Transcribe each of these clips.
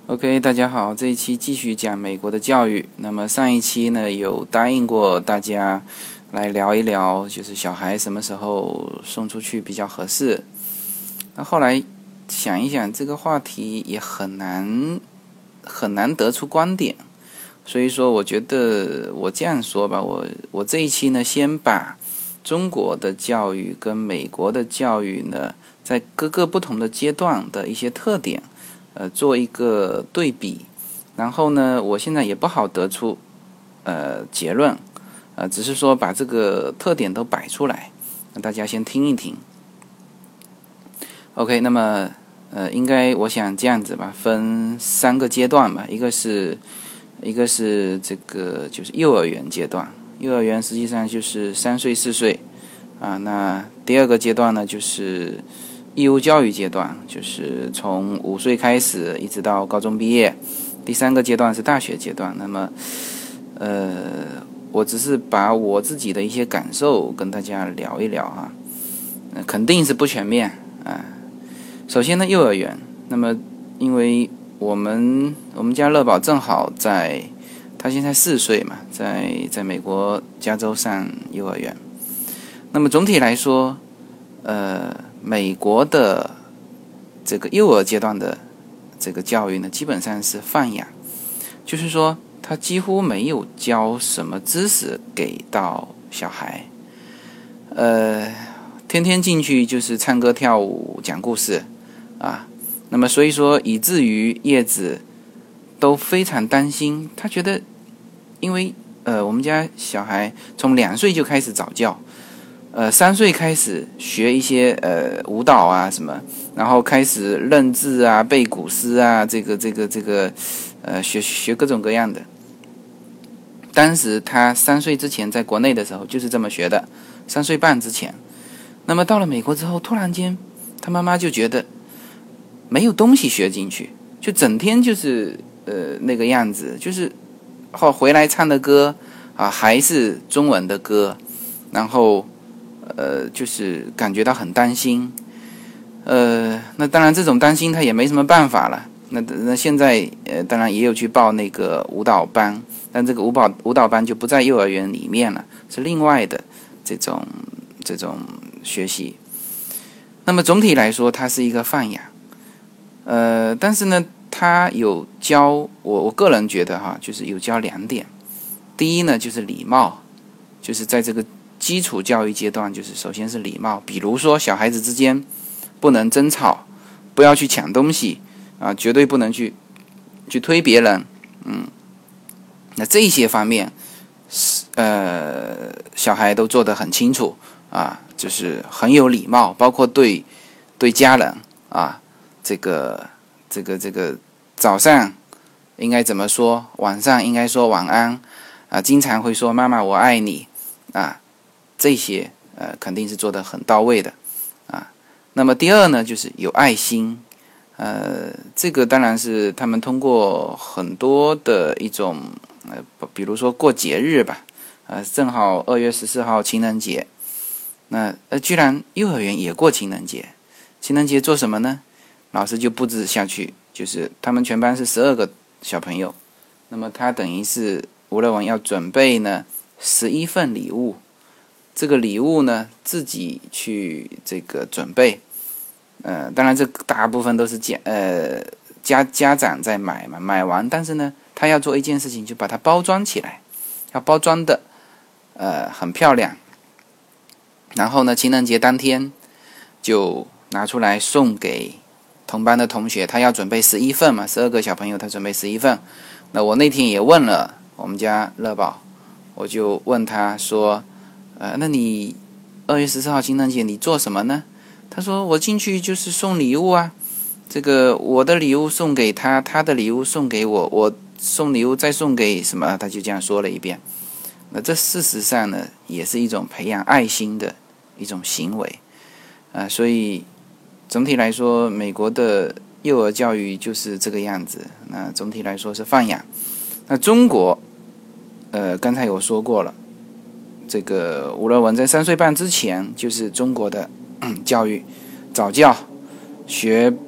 OK， 大家好，这一期继续讲美国的教育。那么上一期呢，有答应过大家来聊一聊，就是小孩什么时候送出去比较合适。那后来想一想，这个话题也很难得出观点，所以说我觉得我这样说吧，我这一期呢，先把中国的教育跟美国的教育呢，在各个不同的阶段的一些特点。做一个对比，然后呢，我现在也不好得出结论，只是说把这个特点都摆出来，让大家先听一听。OK， 那么应该我想这样子吧，分3个阶段吧，一个是这个就是幼儿园阶段，幼儿园实际上就是3岁4岁啊，那第2个阶段呢就是义务教育阶段，就是从5岁开始一直到高中毕业。第3个阶段是大学阶段。那么我只是把我自己的一些感受跟大家聊一聊哈，肯定是不全面啊。首先呢，幼儿园，那么因为我们家乐宝正好他现在4岁嘛，在美国加州上幼儿园。那么总体来说美国的这个幼儿阶段的这个教育呢，基本上是放养，就是说他几乎没有教什么知识给到小孩，天天进去就是唱歌跳舞讲故事啊。那么所以说以至于叶子都非常担心，他觉得因为我们家小孩从2岁就开始早教。3岁开始学一些舞蹈啊什么，然后开始认字啊、背古诗啊，这个学各种各样的。当时他3岁之前在国内的时候就是这么学的，3岁半之前。那么到了美国之后，突然间他妈妈就觉得没有东西学进去，就整天就是那个样子，就是回来唱的歌啊还是中文的歌，然后就是感觉到很担心，那当然这种担心他也没什么办法了。那现在当然也有去报那个舞蹈班，但这个舞蹈班就不在幼儿园里面了，是另外的这种学习。那么总体来说，它是一个放养，但是呢，他有教我个人觉得哈，就是有教2点。第一呢，就是礼貌，就是在这个基础教育阶段，就是首先是礼貌，比如说小孩子之间不能争吵，不要去抢东西啊，绝对不能去推别人，那这些方面小孩都做得很清楚啊，就是很有礼貌，包括对家人啊，这个早上应该怎么说，晚上应该说晚安啊，经常会说妈妈我爱你啊。这些肯定是做得很到位的啊。那么第2呢，就是有爱心，这个当然是他们通过很多的一种比如说过节日吧，正好2月14号情人节，那居然幼儿园也过情人节。情人节做什么呢？老师就布置下去，就是他们全班是12个小朋友，那么他等于是吴乐文要准备呢11份礼物。这个礼物呢，自己去这个准备，当然这大部分都是家长在买嘛，买完，但是呢，他要做一件事情，就把它包装起来，要包装的很漂亮，然后呢，情人节当天就拿出来送给同班的同学，他要准备11份嘛，12个小朋友他准备11份。那我那天也问了我们家乐宝，我就问他说。那你2月14号情人节你做什么呢？他说我进去就是送礼物啊，这个我的礼物送给他，他的礼物送给我，我送礼物再送给什么，他就这样说了一遍。那这事实上呢，也是一种培养爱心的一种行为所以总体来说，美国的幼儿教育就是这个样子。那总体来说是放养。那中国刚才有说过了，这个吴乐文在3岁半之前就是中国的教育，早教学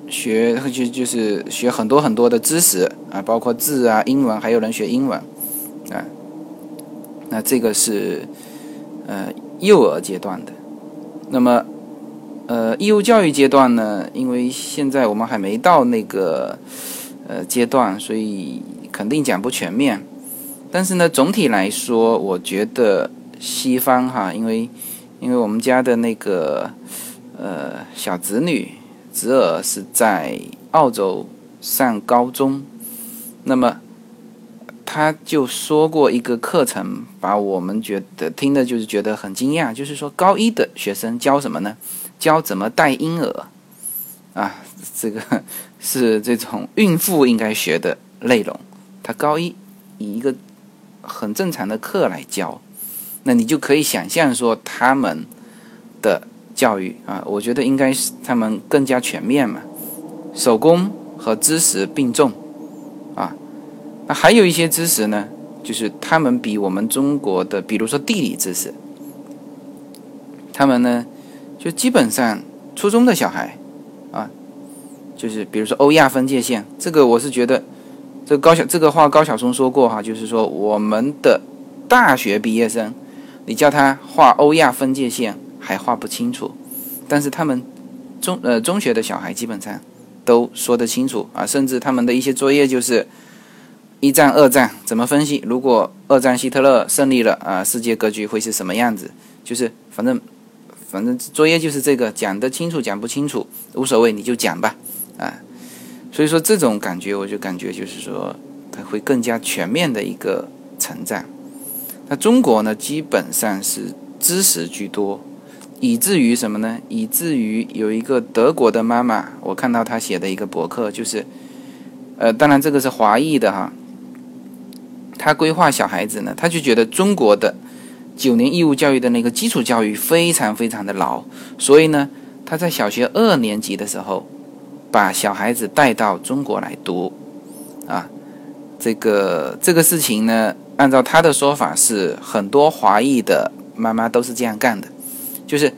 就是学很多很多的知识啊，包括字啊、英文，还有人学英文啊。那这个是幼儿阶段的。那么义务教育阶段呢，因为现在我们还没到那个阶段，所以肯定讲不全面。但是呢，总体来说，我觉得西方哈，因为我们家的那个小侄儿是在澳洲上高中，那么他就说过一个课程，把我们听的就是觉得很惊讶，就是说高一的学生教什么呢？教怎么带婴儿啊，这个是这种孕妇应该学的内容。他高一以一个很正常的课来教，那你就可以想象说他们的教育啊，我觉得应该是他们更加全面嘛，手工和知识并重啊。那还有一些知识呢，就是他们比我们中国的，比如说地理知识，他们呢就基本上初中的小孩啊，就是比如说欧亚分界线，这个我是觉得这个话高晓松说过哈，就是说我们的大学毕业生，你叫他画欧亚分界线还画不清楚，但是他们中学的小孩基本上都说得清楚啊，甚至他们的一些作业就是一战、二战怎么分析？如果二战希特勒胜利了啊，世界格局会是什么样子？就是反正作业就是这个，讲得清楚讲不清楚无所谓，你就讲吧啊。所以说这种感觉，我就感觉就是说它会更加全面的一个成长。那中国呢，基本上是知识居多，以至于什么呢？以至于有一个德国的妈妈，我看到她写的一个博客，就是当然这个是华裔的哈。他规划小孩子呢，他就觉得中国的9年义务教育的那个基础教育非常非常的老，所以呢，他在小学2年级的时候，把小孩子带到中国来读，啊，这个事情呢，按照他的说法是很多华裔的妈妈都是这样干的，就是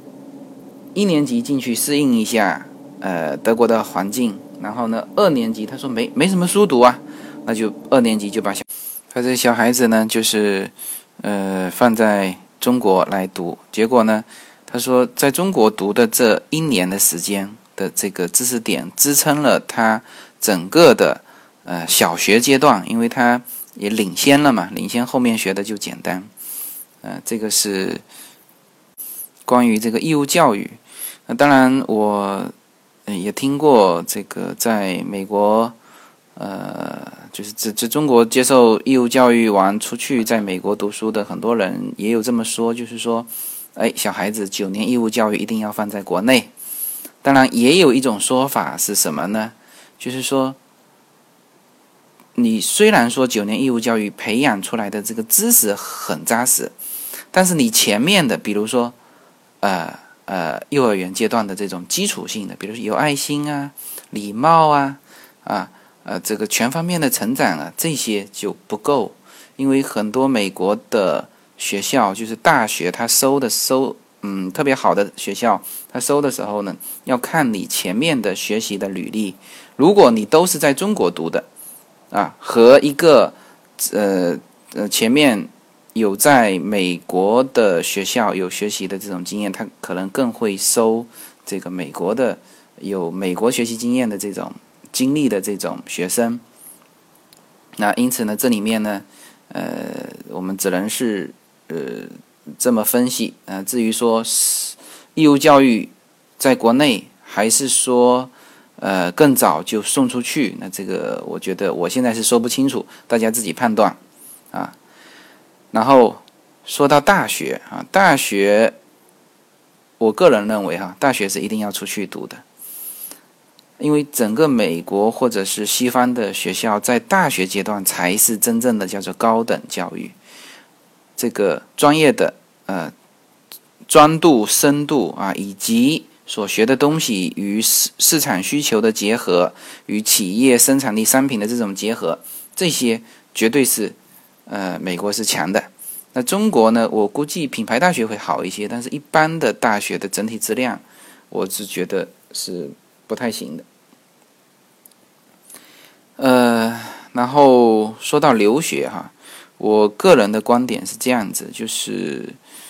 1年级进去适应一下德国的环境，然后呢2年级他说没什么书读啊，那就2年级就把他这小孩子呢，就是放在中国来读，结果呢，他说在中国读的这1年的时间的这个知识点，支撑了他整个的小学阶段，因为他也领先了嘛，领先后面学的就简单。这个是关于这个义务教育。当然我也听过这个在美国。就是中国接受义务教育完出去在美国读书的很多人也有这么说，就是说小孩子9年义务教育一定要放在国内。当然也有一种说法是什么呢，就是说你虽然说9年义务教育培养出来的这个知识很扎实，但是你前面的比如说幼儿园阶段的这种基础性的，比如说有爱心啊、礼貌啊这个全方面的成长啊，这些就不够。因为很多美国的学校，就是大学，他收特别好的学校，他收的时候呢，要看你前面的学习的履历。如果你都是在中国读的和一个前面有在美国的学校有学习的这种经验，他可能更会收这个美国的有美国学习经验的这种经历的这种学生。那因此呢，这里面呢我们只能是这么分析至于说义务教育在国内还是说更早就送出去，那这个我觉得我现在是说不清楚，大家自己判断然后说到大学大学我个人认为大学是一定要出去读的。因为整个美国或者是西方的学校在大学阶段才是真正的叫做高等教育，这个专业的专度深度以及所学的东西与市场需求的结合，与企业生产力商品的这种结合，这些绝对是美国是强的。那中国呢，我估计品牌大学会好一些，但是一般的大学的整体质量我是觉得是不太行的然后说到留学哈，我个人的观点是这样子，就是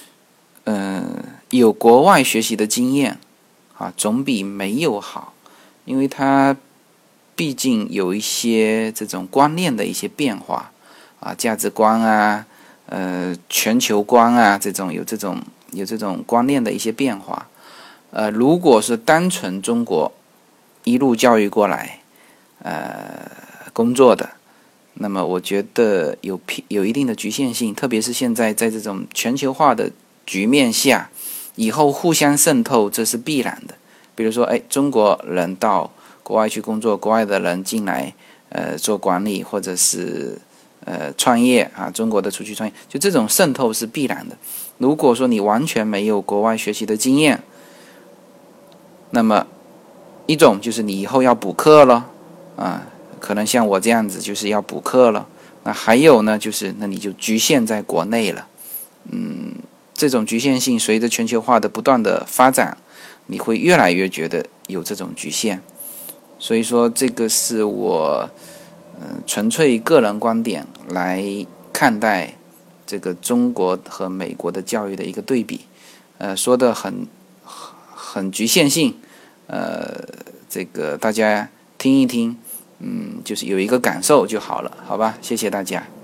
有国外学习的经验啊，总比没有好，因为它毕竟有一些这种观念的一些变化啊，价值观啊，全球观啊，有这种观念的一些变化。如果是单纯中国一路教育过来，工作的，那么我觉得有一定的局限性，特别是现在在这种全球化的局面下，以后互相渗透这是必然的。比如说，中国人到国外去工作，国外的人进来，做管理或者是创业啊，中国的出去创业，就这种渗透是必然的。如果说你完全没有国外学习的经验，那么一种就是你以后要补课了啊，可能像我这样子就是要补课了。那还有呢，就是那你就局限在国内了。这种局限性随着全球化的不断的发展，你会越来越觉得有这种局限。所以说这个是我纯粹个人观点来看待这个中国和美国的教育的一个对比。说的很局限性，这个大家听一听，就是有一个感受就好了，好吧？谢谢大家。